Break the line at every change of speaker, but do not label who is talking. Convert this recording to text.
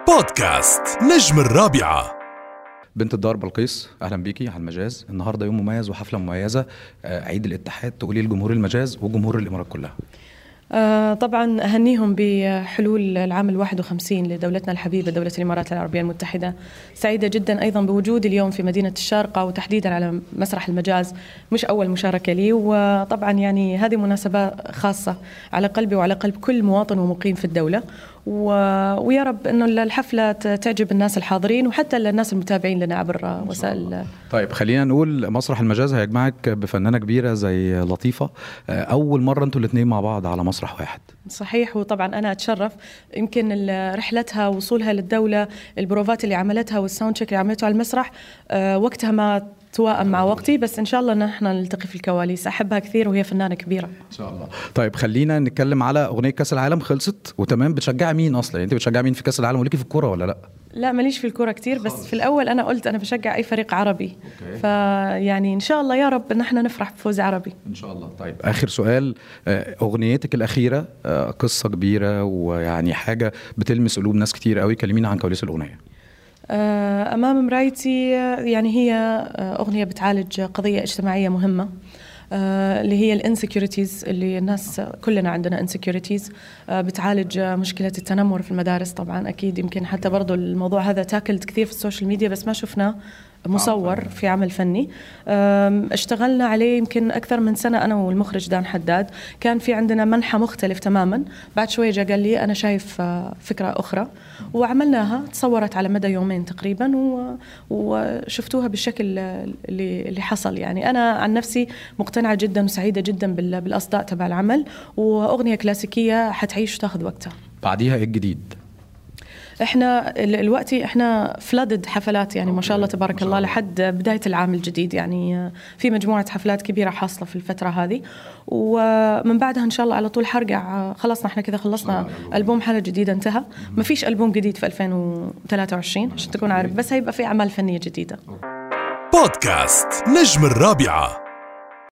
بودكاست نجم الرابعة.
بنت الدار بلقيس، أهلا بيكي على المجاز. النهاردة يوم مميز وحفلة مميزة، عيد الاتحاد. تقولي لجمهور المجاز وجمهور الإمارات كلها.
طبعا أهنيهم بحلول العام 51 لدولتنا الحبيبة دولة الإمارات العربية المتحدة. سعيدة جدا أيضا بوجودي اليوم في مدينة الشارقة وتحديدا على مسرح المجاز، مش أول مشاركة لي، وطبعا يعني هذه مناسبة خاصة على قلبي وعلى قلب كل مواطن ومقيم في الدولة، ويا رب أنه الحفلة تعجب الناس الحاضرين وحتى الناس المتابعين لنا عبر وسائل.
طيب خلينا نقول مسرح المجاز هيجمعك بفنانة كبيرة زي لطيفة، أول مرة أنتوا الاثنين مع بعض على مسرح واحد.
صحيح، وطبعا أنا أتشرف. يمكن رحلتها وصولها للدولة، البروفات اللي عملتها والساوند تشيك اللي عملته على المسرح وقتها ما توائم مع وقتي، بس إن شاء الله نحن نلتقي في الكواليس. أحبها كثير وهي فنانة كبيرة
إن شاء الله. طيب خلينا نتكلم على أغنية كأس العالم خلصت وتمام. بتشجع مين أصلا؟ يعني أنت بتشجع مين في كأس العالم وليكي في الكرة ولا لا؟
لا ماليش في الكرة كتير، بس في الأول أنا قلت أنا بشجع أي فريق عربي. فيعني إن شاء الله يا رب إن احنا نفرح بفوز عربي
إن شاء الله. طيب آخر سؤال، أغنيتك الأخيرة قصة كبيرة ويعني حاجة بتلمس قلوب ناس كتير قوي. كلمينا عن كواليس الأغنية.
أمام مرايتي يعني هي أغنية بتعالج قضية اجتماعية مهمة، اللي هي الانسكيورتيز، اللي الناس كلنا عندنا انسكيورتيز. بتعالج مشكلة التنمر في المدارس. طبعا أكيد يمكن حتى برضو الموضوع هذا تاكلت كثير في السوشيال ميديا، بس ما شفنا مصور في عمل فني. اشتغلنا عليه يمكن أكثر من سنة أنا والمخرج دان حداد. كان في عندنا منحى مختلف تماما. بعد شوية جاء قال لي أنا شايف فكرة أخرى، وعملناها. تصورت على مدى يومين تقريبا وشفتوها بالشكل اللي حصل. يعني أنا عن نفسي مقتنعة جدا وسعيدة جدا بالأصداء تبع العمل، وأغنية كلاسيكية حتعيش وتاخذ وقتها.
بعديها إيه الجديد؟
احنا الوقتي احنا فلادد حفلات، يعني ما شاء الله تبارك الله لحد بداية العام الجديد. يعني في مجموعة حفلات كبيرة حاصلة في الفترة هذه، ومن بعدها ان شاء الله على طول حرجع. خلصنا احنا كذا، خلصنا ألبوم حالة جديدة انتهى. ما فيش ألبوم جديد في 2023 عشان تكون عارف، بس هيبقى في أعمال فنية جديدة.
بودكاست نجم الرابعة.